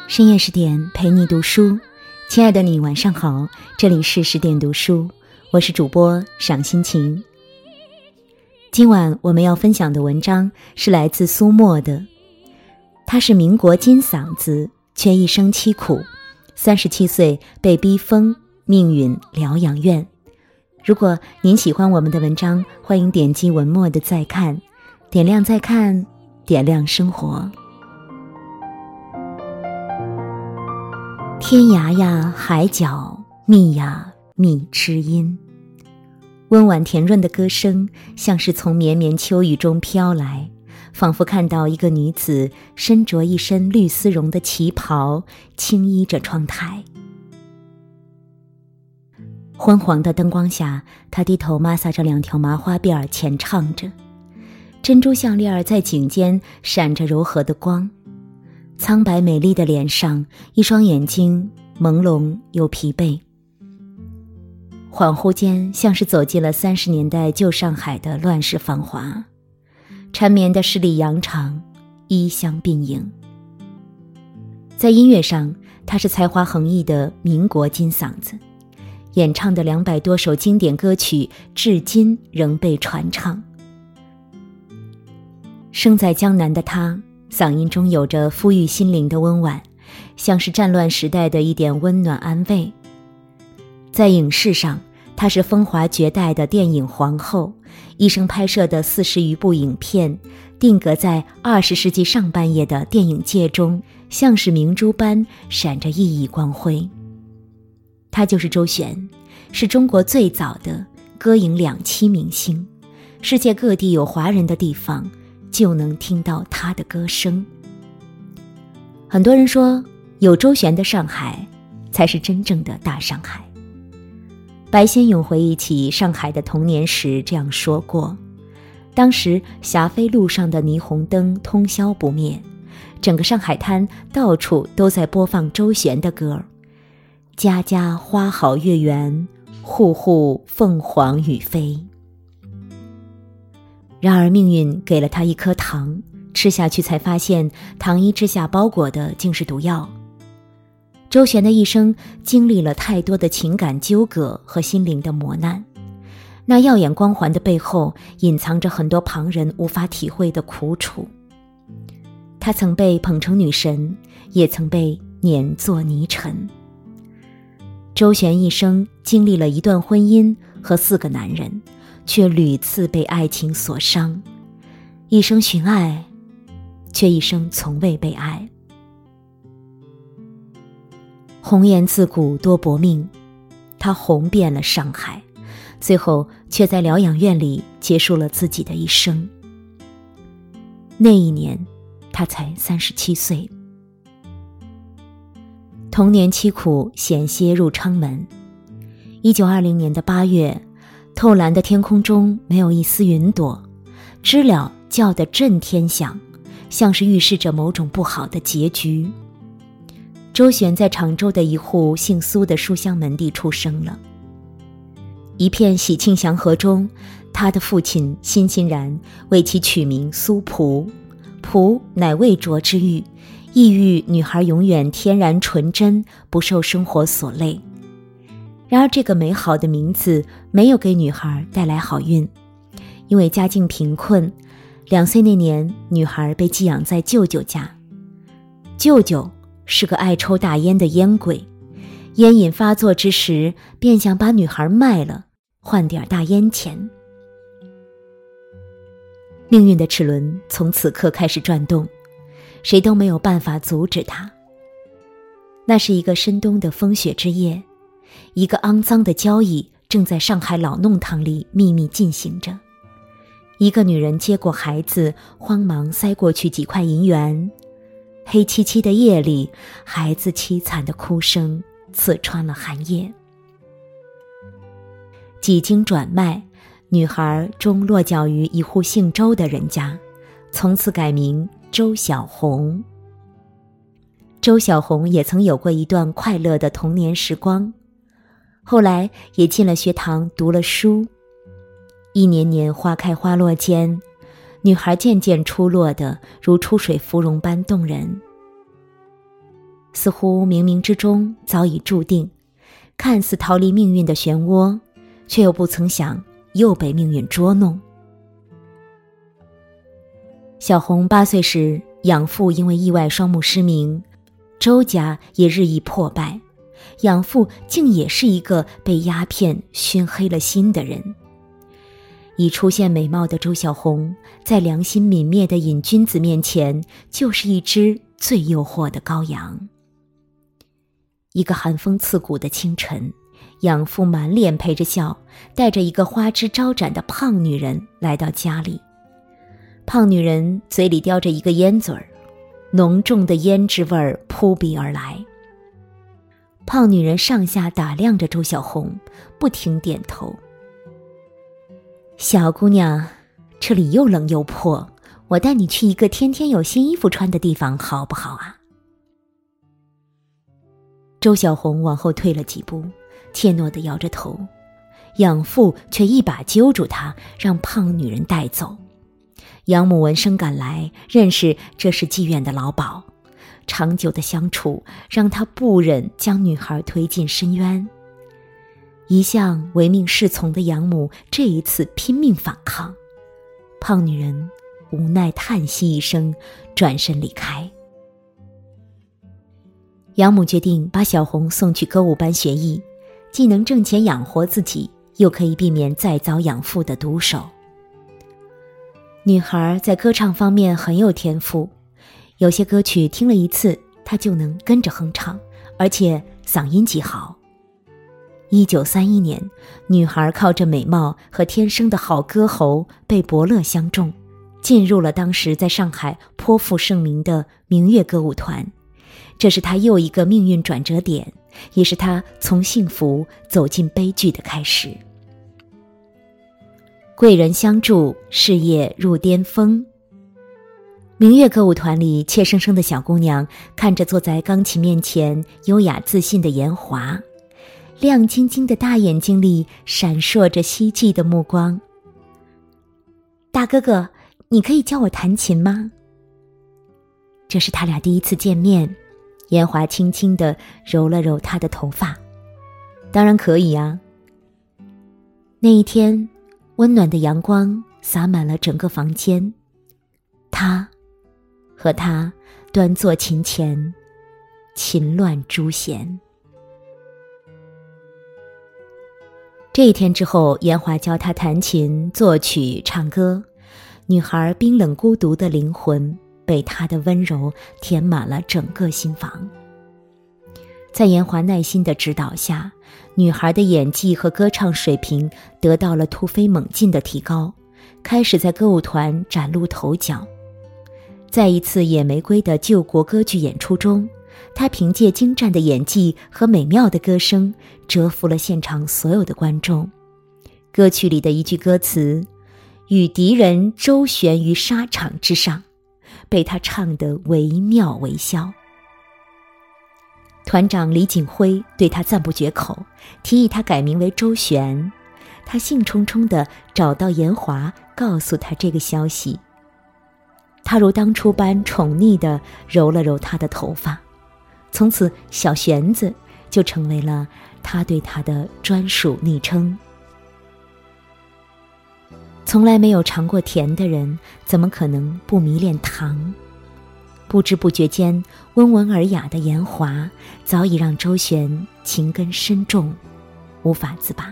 深夜10点陪你读书，亲爱的你晚上好，这里是10点读书，我是主播赏心情。今晚我们要分享的文章是来自苏沫的，他是民国金嗓子，却一生凄苦，37岁被逼疯，命运疗养院。如果您喜欢我们的文章，欢迎点击文末的再看，点亮再看，点亮生活。天涯呀海角，蜜呀蜜知音。温婉甜润的歌声像是从绵绵秋雨中飘来，仿佛看到一个女子身着一身绿丝绒的旗袍，轻依着窗台。昏黄的灯光下，她低头摩挲着2条麻花辫，浅唱着，珍珠项链在颈间闪着柔和的光，苍白美丽的脸上，一双眼睛朦胧又疲惫。恍惚间，像是走进了30年代旧上海的乱世繁华，缠绵的十里洋场，衣香鬓影。在音乐上，他是才华横溢的民国金嗓子，演唱的200多首经典歌曲至今仍被传唱。生在江南的他，嗓音中有着抚育心灵的温婉，像是战乱时代的一点温暖安慰。在影视上，她是风华绝代的电影皇后，一生拍摄的40余部影片，定格在20世纪上半叶的电影界中，像是明珠般闪着熠熠光辉。她就是周璇，是中国最早的歌影2栖明星，世界各地有华人的地方就能听到她的歌声。很多人说，有周璇的上海才是真正的大上海。白先勇回忆起上海的童年时这样说过，当时霞飞路上的霓虹灯通宵不灭，整个上海滩到处都在播放周璇的歌，家家花好月圆，户户凤凰羽飞。然而命运给了他一颗糖，吃下去才发现糖衣之下包裹的竟是毒药。周璇的一生经历了太多的情感纠葛和心灵的磨难，那耀眼光环的背后隐藏着很多旁人无法体会的苦楚。她曾被捧成女神，也曾被碾作泥尘。周璇一生经历了1段婚姻和4个男人，却屡次被爱情所伤，一生寻爱，却一生从未被爱。红颜自古多薄命，她红遍了上海，最后却在疗养院里结束了自己的一生。那一年，她才37岁。童年凄苦，险些入昌门。1920年的8月，透蓝的天空中没有一丝云朵，知了叫得震天响，像是预示着某种不好的结局。周璇在常州的一户姓苏的书香门第出生了。一片喜庆祥和中，他的父亲欣欣然为其取名苏璞，璞乃未着之誉，意喻女孩永远天然纯真，不受生活所累。然而这个美好的名字没有给女孩带来好运，因为家境贫困，2岁那年女孩被寄养在舅舅家。舅舅是个爱抽大烟的烟鬼，烟瘾发作之时，便想把女孩卖了，换点大烟钱。命运的齿轮从此刻开始转动，谁都没有办法阻止它。那是一个深冬的风雪之夜，一个肮脏的交易正在上海老弄堂里秘密进行着。一个女人接过孩子，慌忙塞过去几块银元。黑漆漆的夜里，孩子凄惨的哭声刺穿了寒夜。几经转卖，女孩终落脚于一户姓周的人家，从此改名周小红。周小红也曾有过一段快乐的童年时光，后来也进了学堂读了书。一年年花开花落间，女孩渐渐出落得如出水芙蓉般动人。 似乎冥冥之中早已注定，看似逃离命运的漩涡，却又不曾想又被命运捉弄。小红8岁时，养父因为意外双目失明，周家也日益破败，养父竟也是一个被鸦片熏黑了心的人。已出现美貌的周小红，在良心泯灭的瘾君子面前，就是一只最诱惑的羔羊。一个寒风刺骨的清晨，养父满脸陪着笑，带着一个花枝招展的胖女人来到家里。胖女人嘴里叼着一个烟嘴儿，浓重的胭脂味儿扑鼻而来。胖女人上下打量着周小红，不停点头。小姑娘，这里又冷又破，我带你去一个天天有新衣服穿的地方好不好啊？周小红往后退了几步，怯懦地摇着头，养父却一把揪住她，让胖女人带走。养母闻声赶来，认识这是妓院的老鸨，长久的相处让她不忍将女孩推进深渊。一向唯命是从的养母这一次拼命反抗，胖女人无奈叹息一声，转身离开。养母决定把小红送去歌舞班学艺，既能挣钱养活自己，又可以避免再遭养父的毒手。女孩在歌唱方面很有天赋，有些歌曲听了一次，她就能跟着哼唱，而且嗓音极好。1931年，女孩靠着美貌和天生的好歌喉被伯乐相中，进入了当时在上海颇负盛名的明月歌舞团。这是她又一个命运转折点，也是她从幸福走进悲剧的开始。贵人相助，事业入巅峰。明月歌舞团里怯生生的小姑娘看着坐在钢琴面前优雅自信的严华，亮晶晶的大眼睛里闪烁着希冀的目光。大哥哥，你可以教我弹琴吗？这是他俩第一次见面，严华轻轻地揉了揉他的头发。当然可以啊。那一天，温暖的阳光洒满了整个房间，他和他端坐琴前，琴乱珠弦。这一天之后，严华教她弹琴、作曲、唱歌。女孩冰冷孤独的灵魂被他的温柔填满了整个心房。在严华耐心的指导下，女孩的演技和歌唱水平得到了突飞猛进的提高，开始在歌舞团崭露头角。在一次野玫瑰的救国歌剧演出中，她凭借精湛的演技和美妙的歌声折服了现场所有的观众。歌曲里的一句歌词与敌人周旋于沙场之上，被他唱得惟妙惟肖。团长李锦辉对他赞不绝口，提议他改名为周旋。他兴冲冲地找到严华，告诉他这个消息。他如当初般宠溺地揉了揉他的头发，从此小玄子就成为了他对他的专属昵称。从来没有尝过甜的人，怎么可能不迷恋糖？不知不觉间，温文尔雅的严华早已让周旋情根深重，无法自拔。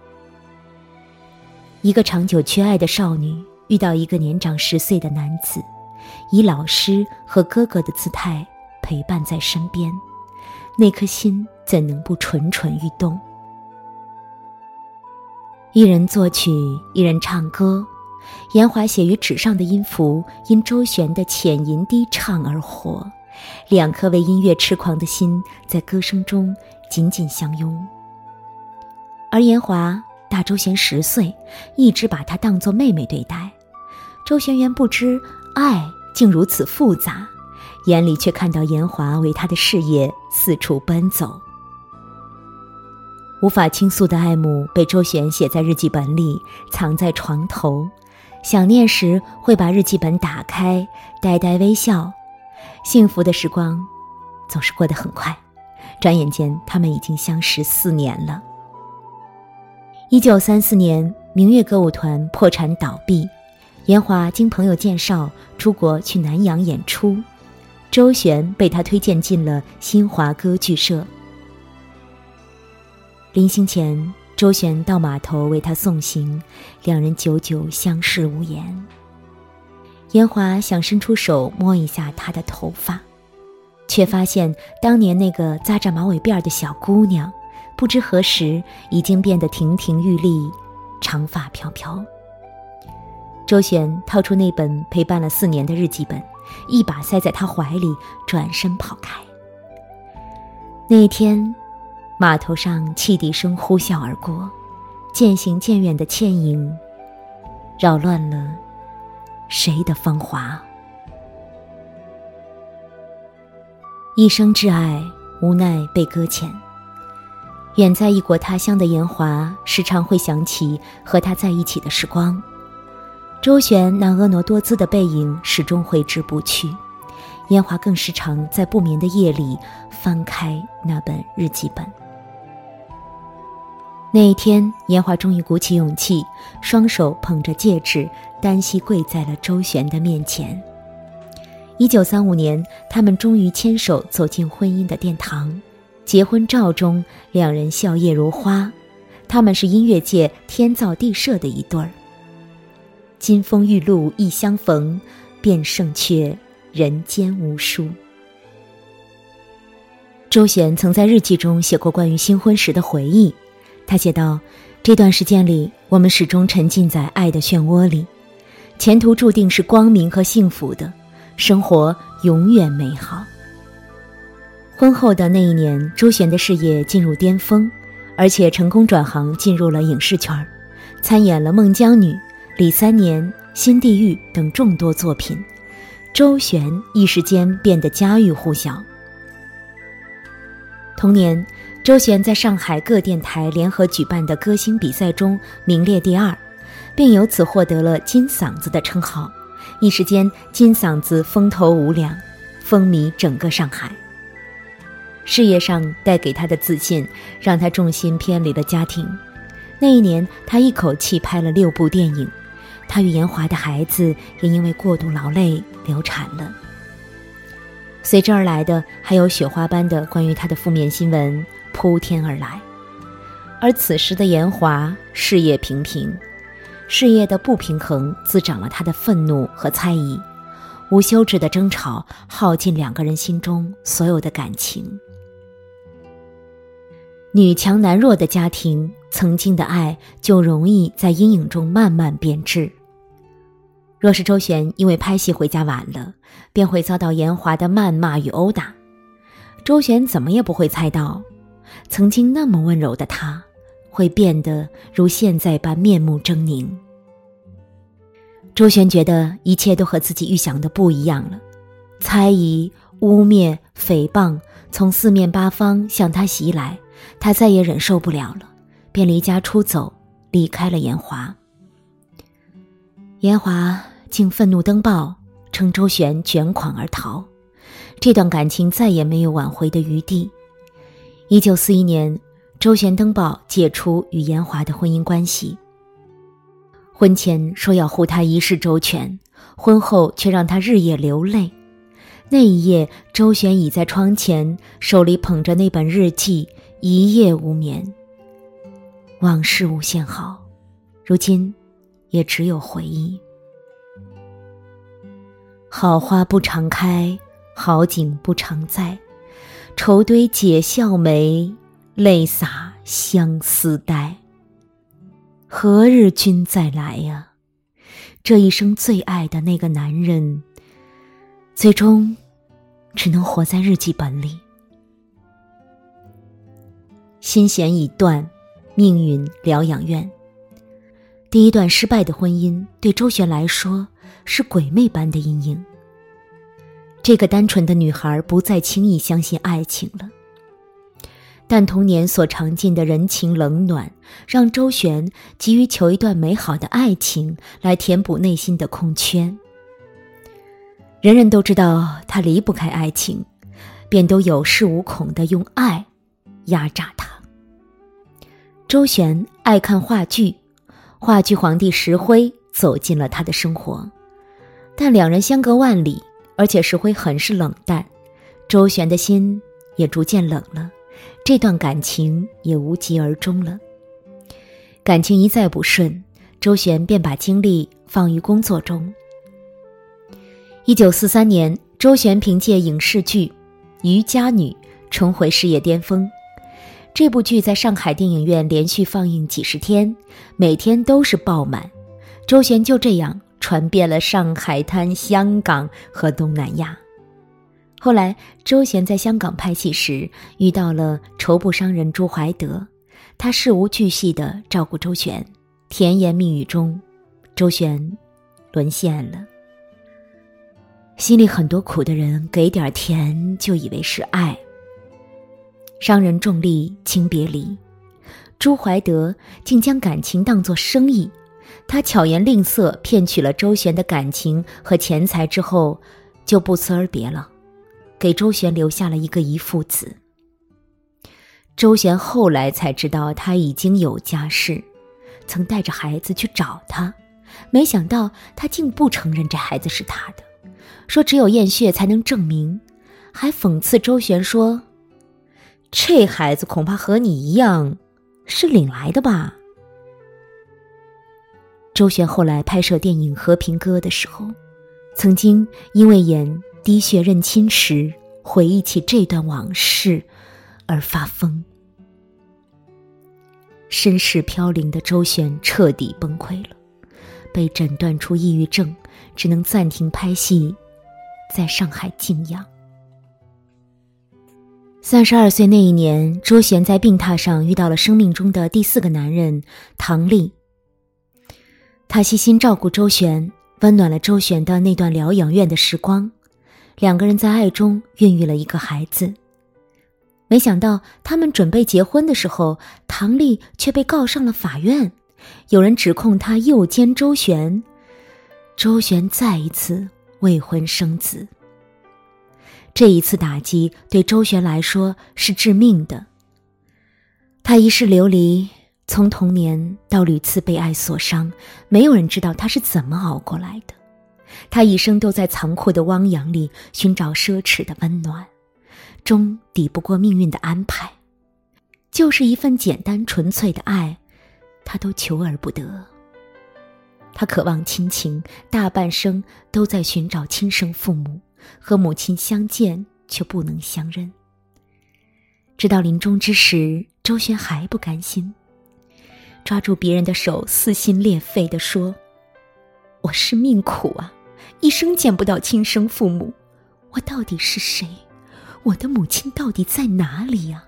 一个长久缺爱的少女遇到一个年长10岁的男子，以老师和哥哥的姿态陪伴在身边，那颗心怎能不蠢蠢欲动？一人作曲，一人唱歌，严华写于纸上的音符因周旋的浅吟低唱而活，两颗为音乐痴狂的心在歌声中紧紧相拥。而严华大周旋10岁，一直把她当作妹妹对待。周旋原不知爱竟如此复杂，眼里却看到严华为他的事业四处奔走。无法倾诉的爱慕被周旋写在日记本里，藏在床头，想念时会把日记本打开，呆呆微笑。幸福的时光总是过得很快，转眼间他们已经相识4年了。1934年，明月歌舞团破产倒闭，严华经朋友介绍出国去南洋演出，周璇被他推荐进了新华歌剧社。临行前，周璇到码头为他送行，两人久久相视无言。严华想伸出手摸一下他的头发，却发现当年那个扎着马尾辫的小姑娘，不知何时已经变得亭亭玉立，长发飘飘。周璇掏出那本陪伴了4年的日记本，一把塞在他怀里，转身跑开。那一天，码头上汽笛声呼啸而过，渐行渐远的倩影扰乱了谁的芳华。一生挚爱无奈被搁浅，远在异国他乡的严华时常会想起和他在一起的时光。周璇那婀娜多姿的背影始终挥之不去，严华更时常在不眠的夜里翻开那本日记本。那一天，严华终于鼓起勇气，双手捧着戒指，单膝跪在了周璇的面前。1935年，他们终于牵手走进婚姻的殿堂。结婚照中，两人笑靥如花，他们是音乐界天造地设的一对儿。金风玉露一相逢，便胜却人间无数。周璇曾在日记中写过关于新婚时的回忆，他写道：这段时间里，我们始终沉浸在爱的漩涡里，前途注定是光明和幸福的，生活永远美好。婚后的那一年，周璇的事业进入巅峰，而且成功转行进入了影视圈，参演了《孟姜女》、《李三年》、《新地狱》等众多作品。周璇一时间变得家喻户晓。同年，周璇在上海各电台联合举办的歌星比赛中名列第2，并由此获得了金嗓子的称号。一时间，金嗓子风头无两，风靡整个上海。事业上带给他的自信，让他重心偏离了家庭。那一年，他一口气拍了6部电影，他与严华的孩子也因为过度劳累流产了。随之而来的还有雪花般的关于他的负面新闻铺天而来。而此时的严华事业平平，事业的不平衡滋长了他的愤怒和猜疑，无休止的争吵耗尽2个人心中所有的感情。女强男弱的家庭，曾经的爱就容易在阴影中慢慢变质。若是周璇因为拍戏回家晚了，便会遭到严华的谩骂与殴打。周璇怎么也不会猜到，曾经那么温柔的他，会变得如现在般面目狰狞。周璇觉得一切都和自己预想的不一样了，猜疑、污蔑、诽谤从4面8方向他袭来，他再也忍受不了了，便离家出走，离开了严华。严华竟愤怒登报，称周璇卷款而逃，这段感情再也没有挽回的余地。1941年，周璇登报解除与严华的婚姻关系。婚前说要护他一世周全，婚后却让他日夜流泪。那一夜，周璇倚在窗前，手里捧着那本日记，一夜无眠。往事无限好，如今也只有回忆。好花不常开，好景不常在，愁堆解笑眉，泪洒相思带。何日君再来呀？这一生最爱的那个男人，最终只能活在日记本里。心弦已断，命运疗养院。第一段失败的婚姻对周璇来说是鬼魅般的阴影。这个单纯的女孩不再轻易相信爱情了，但童年所尝尽的人情冷暖，让周璇急于求一段美好的爱情来填补内心的空缺。人人都知道她离不开爱情， 便都有恃无恐地用爱压榨他。周旋爱看话剧，话剧皇帝石灰走进了他的生活，但两人相隔万里，而且石灰很是冷淡，周旋的心也逐渐冷了，这段感情也无疾而终了。感情一再不顺，周旋便把精力放于工作中。1943年，周旋凭借影视剧《渔家女》重回事业巅峰。这部剧在上海电影院连续放映几十天，每天都是爆满。周旋就这样传遍了上海滩、香港和东南亚。后来，周旋在香港拍戏时遇到了绸布商人朱怀德，他事无巨细地照顾周旋，甜言蜜语中，周旋沦陷了。心里很多苦的人给点甜就以为是爱。商人重利轻别离，朱怀德竟将感情当作生意，他巧言令色骗取了周旋的感情和钱财之后，就不辞而别了，给周旋留下了一个遗腹子。周旋后来才知道他已经有家室，曾带着孩子去找他，没想到他竟不承认这孩子是他的，说只有验血才能证明，还讽刺周旋说，这孩子恐怕和你一样是领来的吧。周旋后来拍摄电影《和平鸽》的时候，曾经因为演《滴血认亲》时回忆起这段往事而发疯。身世飘零的周旋彻底崩溃了，被诊断出抑郁症，只能暂停拍戏，在上海静养。32岁那一年，周旋在病榻上遇到了生命中的第4个男人唐丽。他悉心照顾周旋，温暖了周旋的那段疗养院的时光，两个人在爱中孕育了一个孩子。没想到他们准备结婚的时候，唐丽却被告上了法院，有人指控他诱奸周旋，周旋再一次未婚生子。这一次打击对周旋来说是致命的，他一世流离，从童年到屡次被爱所伤，没有人知道他是怎么熬过来的。他一生都在残酷的汪洋里寻找奢侈的温暖，终抵不过命运的安排。就是一份简单纯粹的爱，他都求而不得。他渴望亲情，大半生都在寻找亲生父母，和母亲相见却不能相认。直到临终之时，周旋还不甘心，抓住别人的手撕心裂肺地说，我是命苦啊，一生见不到亲生父母，我到底是谁？我的母亲到底在哪里呀？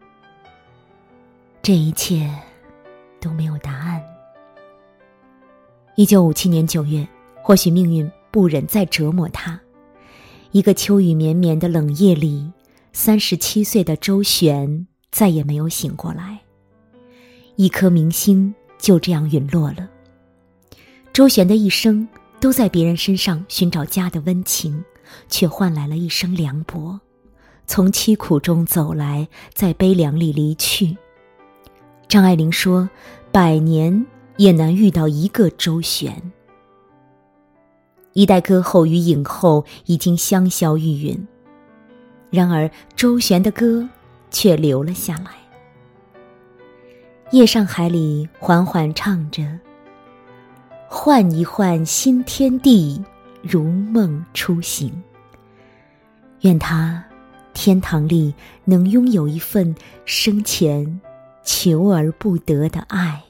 这一切都没有答案。1957年9月，或许命运不忍再折磨他，一个秋雨绵绵的冷夜里，37岁的周旋再也没有醒过来，一颗明星就这样陨落了。周旋的一生都在别人身上寻找家的温情，却换来了一生凉薄，从凄苦中走来，在悲凉里离去。张爱玲说，100年也难遇到一个周旋。一代歌后与影后已经香消玉殒，然而周旋的歌却留了下来。夜上海里缓缓唱着，换一换新天地，如梦初醒。愿他天堂里能拥有一份生前求而不得的爱。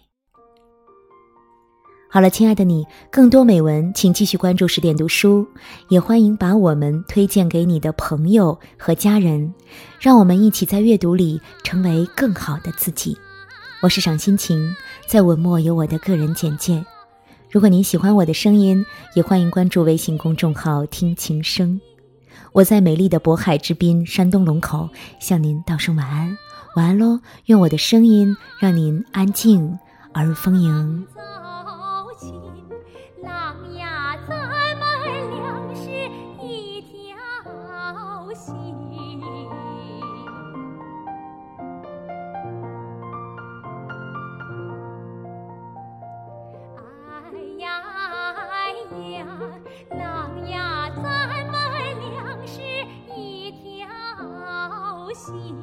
好了，亲爱的你，更多美文请继续关注10点读书，也欢迎把我们推荐给你的朋友和家人，让我们一起在阅读里成为更好的自己。我是赏心情，在文末有我的个人简介。如果您喜欢我的声音，也欢迎关注微信公众号听情声。我在美丽的渤海之滨山东龙口向您道声晚安，晚安咯，愿我的声音让您安静而丰盈。 狼呀在门梁是一条心。 心。